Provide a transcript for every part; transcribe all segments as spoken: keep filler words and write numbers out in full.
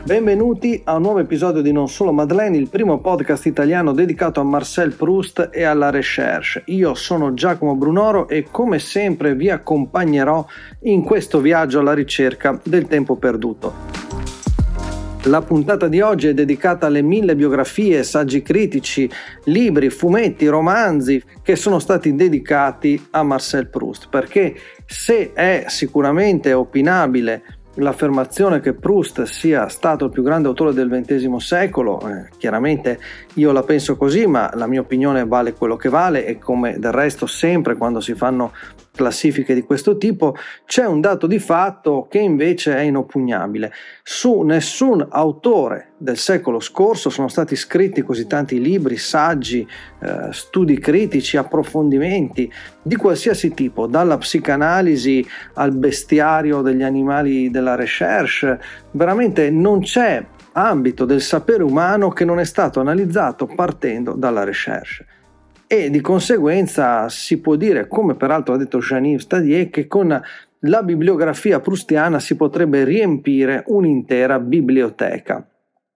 Benvenuti a un nuovo episodio di Non Solo Madeleine, il primo podcast italiano dedicato a Marcel Proust e alla recherche. Io sono Giacomo Brunoro e come sempre vi accompagnerò in questo viaggio alla ricerca del tempo perduto. La puntata di oggi è dedicata alle mille biografie, saggi critici, libri, fumetti, romanzi che sono stati dedicati a Marcel Proust, perché se è sicuramente opinabile l'affermazione che Proust sia stato il più grande autore del ventesimo secolo, eh, chiaramente io la penso così, ma la mia opinione vale quello che vale e come del resto sempre quando si fanno classifiche di questo tipo c'è un dato di fatto che invece è inoppugnabile. Su nessun autore del secolo scorso sono stati scritti così tanti libri, saggi, eh, studi critici, approfondimenti di qualsiasi tipo, dalla psicanalisi al bestiario degli animali della recherche. Veramente non c'è ambito del sapere umano che non è stato analizzato partendo dalla recherche. E di conseguenza si può dire, come peraltro ha detto Jean-Yves Tadier, che con la bibliografia proustiana si potrebbe riempire un'intera biblioteca.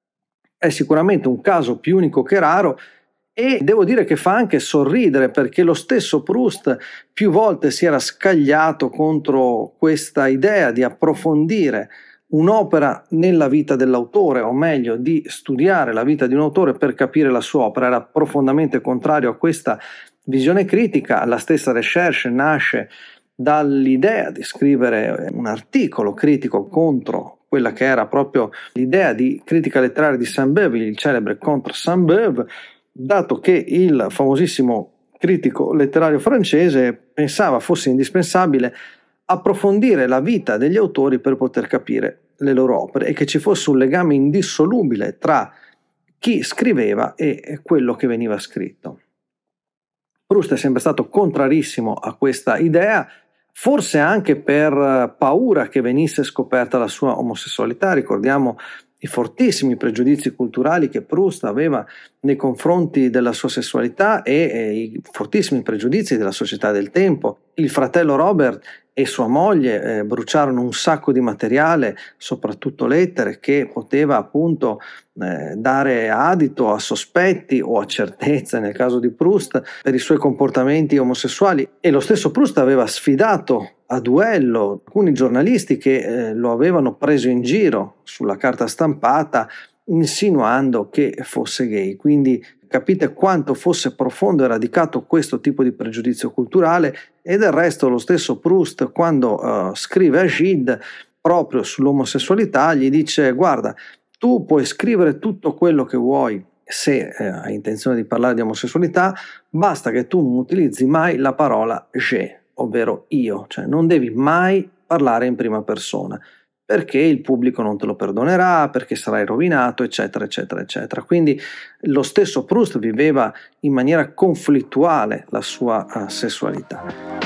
È sicuramente un caso più unico che raro e devo dire che fa anche sorridere, perché lo stesso Proust più volte si era scagliato contro questa idea di approfondire un'opera nella vita dell'autore, o meglio di studiare la vita di un autore per capire la sua opera. Era profondamente contrario a questa visione critica. La stessa recherche nasce dall'idea di scrivere un articolo critico contro quella che era proprio l'idea di critica letteraria di Sainte-Beuve, il celebre Contre Sainte-Beuve, dato che il famosissimo critico letterario francese pensava fosse indispensabile approfondire la vita degli autori per poter capire le loro opere e che ci fosse un legame indissolubile tra chi scriveva e quello che veniva scritto. Proust è sempre stato contrarissimo a questa idea, forse anche per paura che venisse scoperta la sua omosessualità. Ricordiamo i fortissimi pregiudizi culturali che Proust aveva nei confronti della sua sessualità e, e i fortissimi pregiudizi della società del tempo. Il fratello Robert e sua moglie eh, bruciarono un sacco di materiale, soprattutto lettere, che poteva appunto eh, dare adito a sospetti o a certezze, nel caso di Proust, per i suoi comportamenti omosessuali. E lo stesso Proust aveva sfidato a duello alcuni giornalisti che eh, lo avevano preso in giro sulla carta stampata insinuando che fosse gay. Quindi capite quanto fosse profondo e radicato questo tipo di pregiudizio culturale. E del resto lo stesso Proust, quando uh, scrive a Gide proprio sull'omosessualità, gli dice: guarda, tu puoi scrivere tutto quello che vuoi se eh, hai intenzione di parlare di omosessualità, basta che tu non utilizzi mai la parola je, ovvero io, cioè non devi mai parlare in prima persona, perché il pubblico non te lo perdonerà, perché sarai rovinato, eccetera, eccetera, eccetera. Quindi lo stesso Proust viveva in maniera conflittuale la sua uh, sessualità.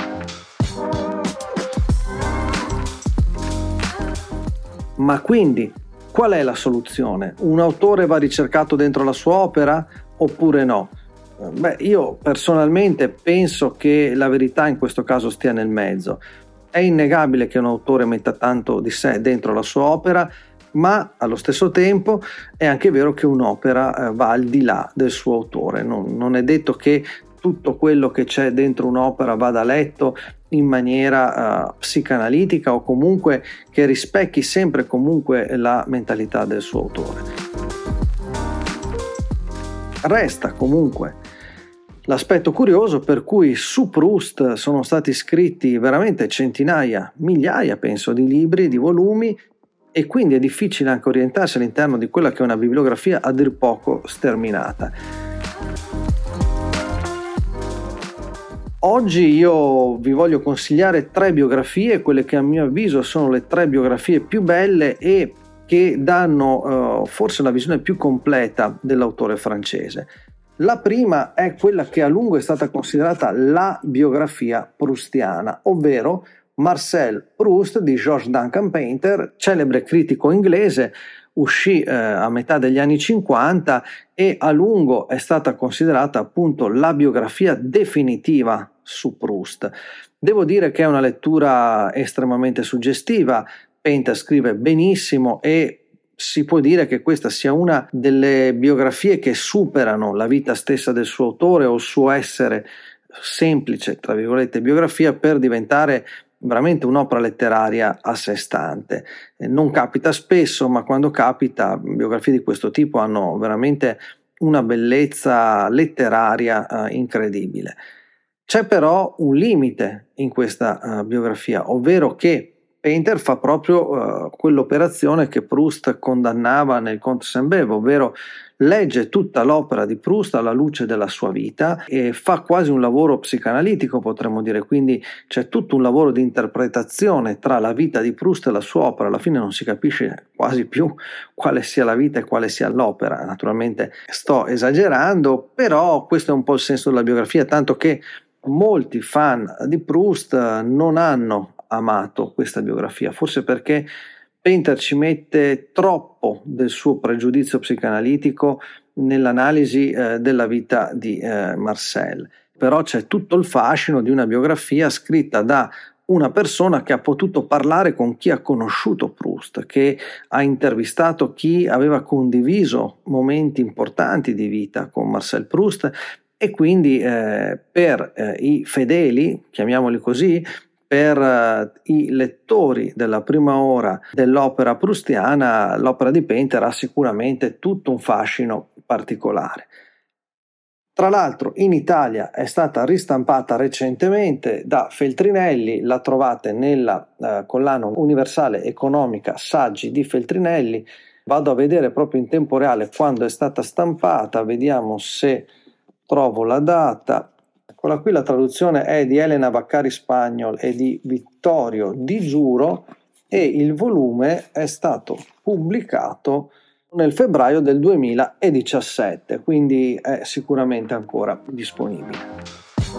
Ma quindi, qual è la soluzione? Un autore va ricercato dentro la sua opera oppure no? Beh, io personalmente penso che la verità in questo caso stia nel mezzo. È innegabile che un autore metta tanto di sé dentro la sua opera, ma allo stesso tempo è anche vero che un'opera eh, va al di là del suo autore. Non, non è detto che tutto quello che c'è dentro un'opera vada letto in maniera uh, psicanalitica o comunque che rispecchi sempre e comunque la mentalità del suo autore. Resta comunque l'aspetto curioso per cui su Proust sono stati scritti veramente centinaia, migliaia penso, di libri, di volumi, e quindi è difficile anche orientarsi all'interno di quella che è una bibliografia a dir poco sterminata. Oggi io vi voglio consigliare tre biografie, quelle che a mio avviso sono le tre biografie più belle e che danno uh, forse la visione più completa dell'autore francese. La prima è quella che a lungo è stata considerata la biografia proustiana, ovvero Marcel Proust di George Duncan Painter, celebre critico inglese, uscì eh, a metà degli anni cinquanta e a lungo è stata considerata appunto la biografia definitiva su Proust. Devo dire che è una lettura estremamente suggestiva. Painter scrive benissimo e si può dire che questa sia una delle biografie che superano la vita stessa del suo autore o il suo essere semplice, tra virgolette, biografia, per diventare veramente un'opera letteraria a sé stante. Eh, non capita spesso, ma quando capita, biografie di questo tipo hanno veramente una bellezza letteraria eh, incredibile. C'è però un limite in questa uh, biografia, ovvero che Painter fa proprio uh, quell'operazione che Proust condannava nel Comte Saint-Beuve, ovvero legge tutta l'opera di Proust alla luce della sua vita e fa quasi un lavoro psicanalitico, potremmo dire, quindi c'è tutto un lavoro di interpretazione tra la vita di Proust e la sua opera. Alla fine non si capisce quasi più quale sia la vita e quale sia l'opera. Naturalmente sto esagerando, però questo è un po' il senso della biografia, tanto che molti fan di Proust non hanno amato questa biografia, forse perché Painter ci mette troppo del suo pregiudizio psicanalitico nell'analisi eh, della vita di eh, Marcel. Però c'è tutto il fascino di una biografia scritta da una persona che ha potuto parlare con chi ha conosciuto Proust, che ha intervistato chi aveva condiviso momenti importanti di vita con Marcel Proust, e quindi eh, per eh, i fedeli, chiamiamoli così, per uh, i lettori della prima ora dell'opera proustiana, l'opera di Painter ha sicuramente tutto un fascino particolare. Tra l'altro in Italia è stata ristampata recentemente da Feltrinelli, la trovate nella uh, collana universale economica Saggi di Feltrinelli. Vado a vedere proprio in tempo reale quando è stata stampata, vediamo se trovo la data. Eccola qui, la traduzione è di Elena Vaccari Spagnol e di Vittorio Di Giuro e il volume è stato pubblicato nel febbraio del duemiladiciassette, quindi è sicuramente ancora disponibile.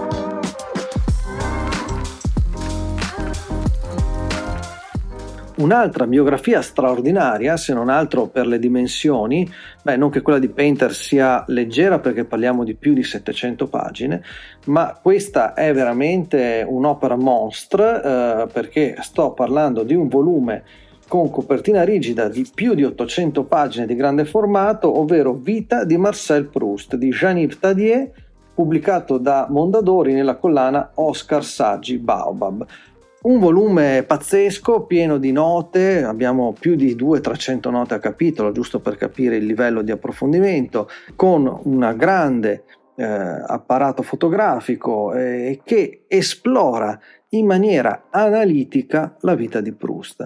Un'altra biografia straordinaria, se non altro per le dimensioni, beh, non che quella di Painter sia leggera perché parliamo di più di settecento pagine, ma questa è veramente un'opera monstre eh, perché sto parlando di un volume con copertina rigida di più di ottocento pagine di grande formato, ovvero Vita di Marcel Proust di Jean-Yves Tadier, pubblicato da Mondadori nella collana Oscar Saggi Baobab. Un volume pazzesco, pieno di note, abbiamo più di duecento trecento note a capitolo, giusto per capire il livello di approfondimento, con un grande eh, apparato fotografico eh, che esplora in maniera analitica la vita di Proust.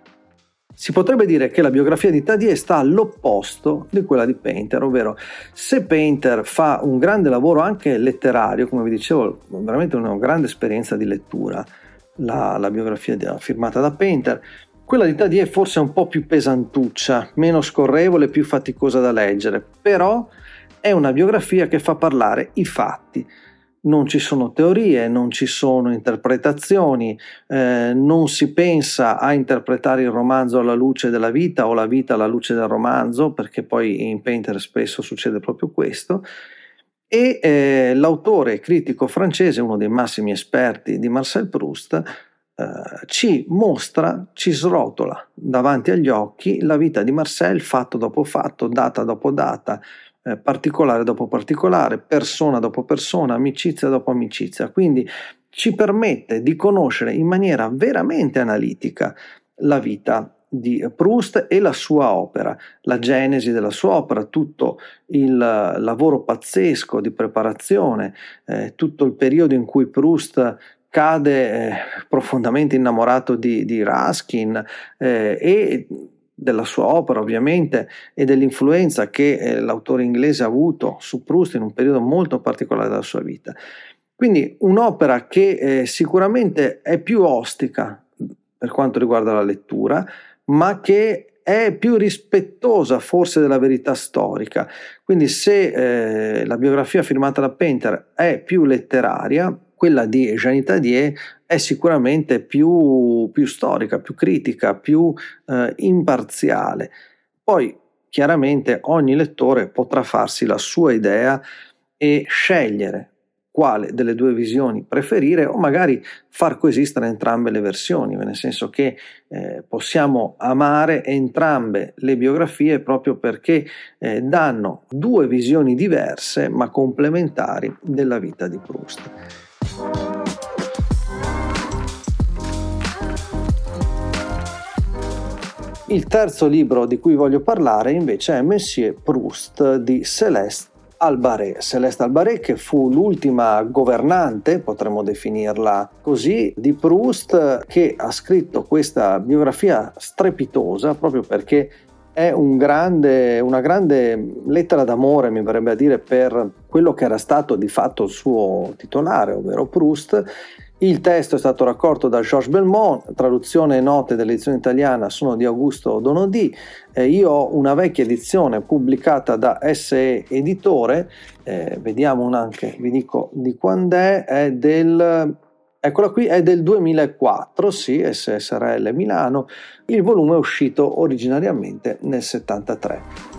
Si potrebbe dire che la biografia di Tadier sta all'opposto di quella di Painter, ovvero se Painter fa un grande lavoro anche letterario, come vi dicevo, veramente una grande esperienza di lettura, La, la biografia di, firmata da Painter, quella di Tadier forse è un po' più pesantuccia, meno scorrevole, più faticosa da leggere, però è una biografia che fa parlare i fatti. Non ci sono teorie, non ci sono interpretazioni, eh, non si pensa a interpretare il romanzo alla luce della vita o la vita alla luce del romanzo, perché poi in Painter spesso succede proprio questo. E eh, l'autore critico francese, uno dei massimi esperti di Marcel Proust, eh, ci mostra, ci srotola davanti agli occhi la vita di Marcel fatto dopo fatto, data dopo data, eh, particolare dopo particolare, persona dopo persona, amicizia dopo amicizia. Quindi ci permette di conoscere in maniera veramente analitica la vita di Proust e la sua opera, la genesi della sua opera, tutto il lavoro pazzesco di preparazione, eh, tutto il periodo in cui Proust cade eh, profondamente innamorato di, di Ruskin eh, e della sua opera ovviamente e dell'influenza che eh, l'autore inglese ha avuto su Proust in un periodo molto particolare della sua vita. Quindi un'opera che eh, sicuramente è più ostica per quanto riguarda la lettura, ma che è più rispettosa forse della verità storica. Quindi se eh, la biografia firmata da Painter è più letteraria, quella di Jean-Yves Tadier è sicuramente più, più storica, più critica, più eh, imparziale. Poi chiaramente ogni lettore potrà farsi la sua idea e scegliere quale delle due visioni preferire, o magari far coesistere entrambe le versioni, nel senso che eh, possiamo amare entrambe le biografie proprio perché eh, danno due visioni diverse ma complementari della vita di Proust. Il terzo libro di cui voglio parlare invece è Monsieur Proust di Céleste Albaret. Céleste Albaret, che fu l'ultima governante, potremmo definirla così, di Proust, che ha scritto questa biografia strepitosa proprio perché è un grande, una grande lettera d'amore, mi verrebbe a dire, per quello che era stato di fatto il suo titolare, ovvero Proust. Il testo è stato raccolto da Georges Belmont, traduzione e note dell'edizione italiana sono di Augusto Donodì. Eh, io ho una vecchia edizione pubblicata da S E Editore, eh, vediamo anche, vi dico di quando è, è del... Eccola qui, è del duemilaquattro, sì, S S R L Milano. Il volume è uscito originariamente nel settantatré.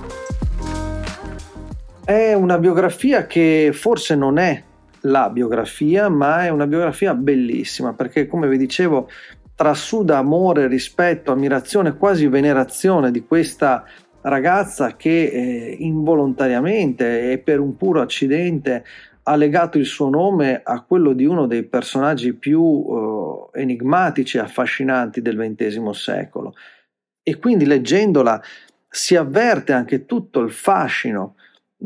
È una biografia che forse non è la biografia, ma è una biografia bellissima perché, come vi dicevo, trasuda amore, rispetto, ammirazione, quasi venerazione di questa ragazza che eh, involontariamente e per un puro accidente ha legato il suo nome a quello di uno dei personaggi più eh, enigmatici e affascinanti del ventesimo secolo, e quindi leggendola si avverte anche tutto il fascino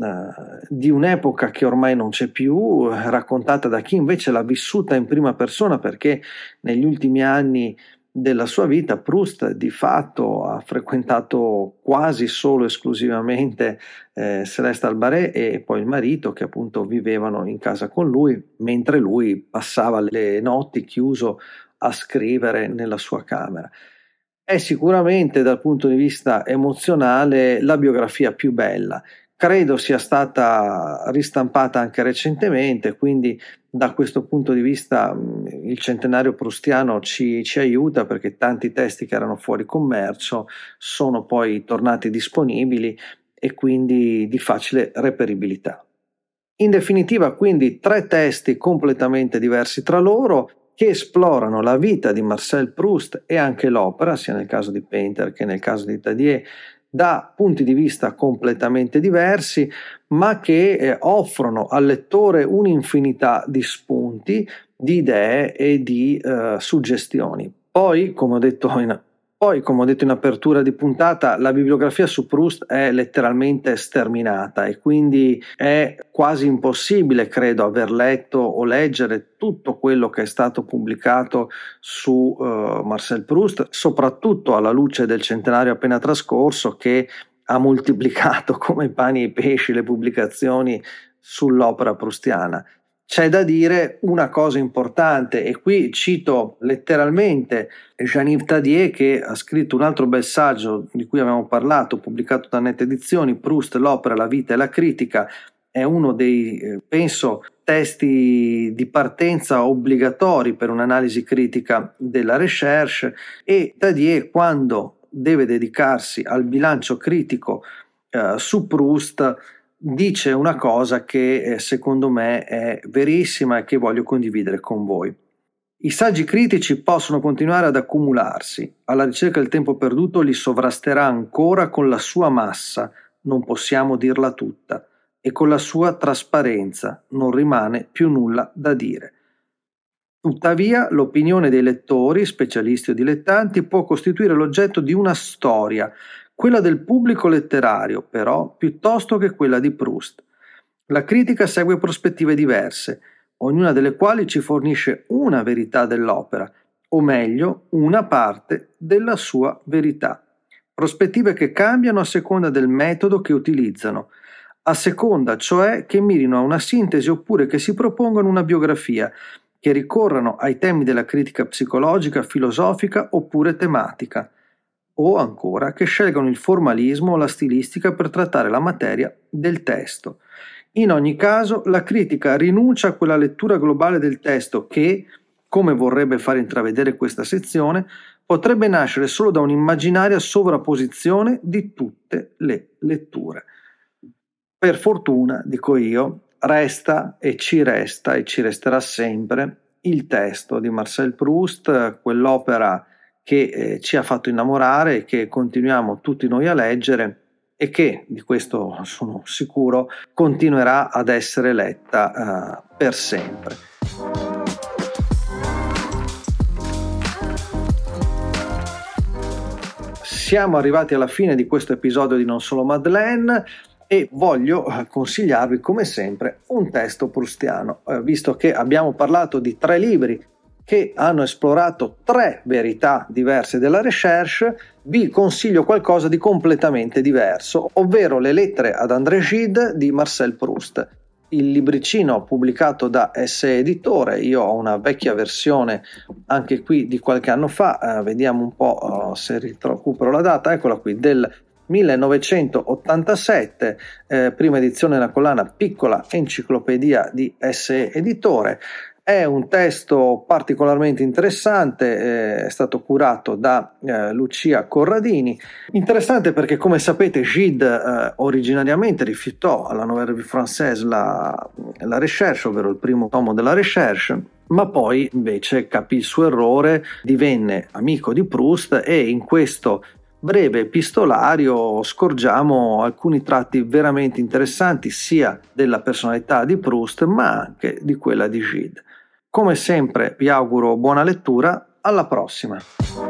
di un'epoca che ormai non c'è più, raccontata da chi invece l'ha vissuta in prima persona, perché negli ultimi anni della sua vita Proust di fatto ha frequentato quasi solo esclusivamente eh, Céleste Albaret e poi il marito, che appunto vivevano in casa con lui, mentre lui passava le notti chiuso a scrivere nella sua camera. È sicuramente dal punto di vista emozionale la biografia più bella. Credo sia stata ristampata anche recentemente, quindi da questo punto di vista il centenario proustiano ci, ci aiuta, perché tanti testi che erano fuori commercio sono poi tornati disponibili e quindi di facile reperibilità. In definitiva, quindi, tre testi completamente diversi tra loro che esplorano la vita di Marcel Proust e anche l'opera, sia nel caso di Painter che nel caso di Tadier, da punti di vista completamente diversi, ma che eh, offrono al lettore un'infinità di spunti, di idee e di eh, suggestioni. Poi, come ho detto in Poi, come ho detto in apertura di puntata, la bibliografia su Proust è letteralmente sterminata e quindi è quasi impossibile, credo, aver letto o leggere tutto quello che è stato pubblicato su uh, Marcel Proust, soprattutto alla luce del centenario appena trascorso, che ha moltiplicato come i pani e i pesci le pubblicazioni sull'opera proustiana. C'è da dire una cosa importante, e qui cito letteralmente Jean-Yves Tadier, che ha scritto un altro bel saggio di cui abbiamo parlato, pubblicato da Net Edizioni, Proust, l'opera, la vita e la critica. È uno dei, eh, penso, testi di partenza obbligatori per un'analisi critica della recherche, e Tadier, quando deve dedicarsi al bilancio critico eh, su Proust, dice una cosa che eh, secondo me è verissima e che voglio condividere con voi. I saggi critici possono continuare ad accumularsi, alla ricerca del tempo perduto li sovrasterà ancora con la sua massa, non possiamo dirla tutta, e con la sua trasparenza, non rimane più nulla da dire. Tuttavia, l'opinione dei lettori, specialisti o dilettanti, può costituire l'oggetto di una storia, quella del pubblico letterario, però, piuttosto che quella di Proust. La critica segue prospettive diverse, ognuna delle quali ci fornisce una verità dell'opera, o meglio, una parte della sua verità. Prospettive che cambiano a seconda del metodo che utilizzano, a seconda cioè che mirino a una sintesi oppure che si propongano una biografia, che ricorrano ai temi della critica psicologica, filosofica oppure tematica, o ancora che scelgano il formalismo o la stilistica per trattare la materia del testo. In ogni caso, la critica rinuncia a quella lettura globale del testo che, come vorrebbe far intravedere questa sezione, potrebbe nascere solo da un'immaginaria sovrapposizione di tutte le letture. Per fortuna, dico io, resta e ci resta e ci resterà sempre il testo di Marcel Proust, quell'opera che eh, ci ha fatto innamorare, che continuiamo tutti noi a leggere e che, di questo sono sicuro, continuerà ad essere letta eh, per sempre. Siamo arrivati alla fine di questo episodio di Non Solo Madeleine e voglio consigliarvi come sempre un testo proustiano, eh, visto che abbiamo parlato di tre libri che hanno esplorato tre verità diverse della recherche. Vi consiglio qualcosa di completamente diverso, ovvero Le lettere ad André Gide di Marcel Proust. Il libricino pubblicato da S E Editore, io ho una vecchia versione anche qui di qualche anno fa, eh, vediamo un po' uh, se recupero la data, eccola qui, del millenovecentottantasette, eh, prima edizione della collana Piccola Enciclopedia di S E Editore. È un testo particolarmente interessante, eh, è stato curato da eh, Lucia Corradini. Interessante perché, come sapete, Gide eh, originariamente rifiutò alla Nouvelle Revue Française la, la recherche, ovvero il primo tomo della recherche, ma poi invece capì il suo errore, divenne amico di Proust e in questo breve epistolario scorgiamo alcuni tratti veramente interessanti sia della personalità di Proust ma anche di quella di Gide. Come sempre vi auguro buona lettura, alla prossima!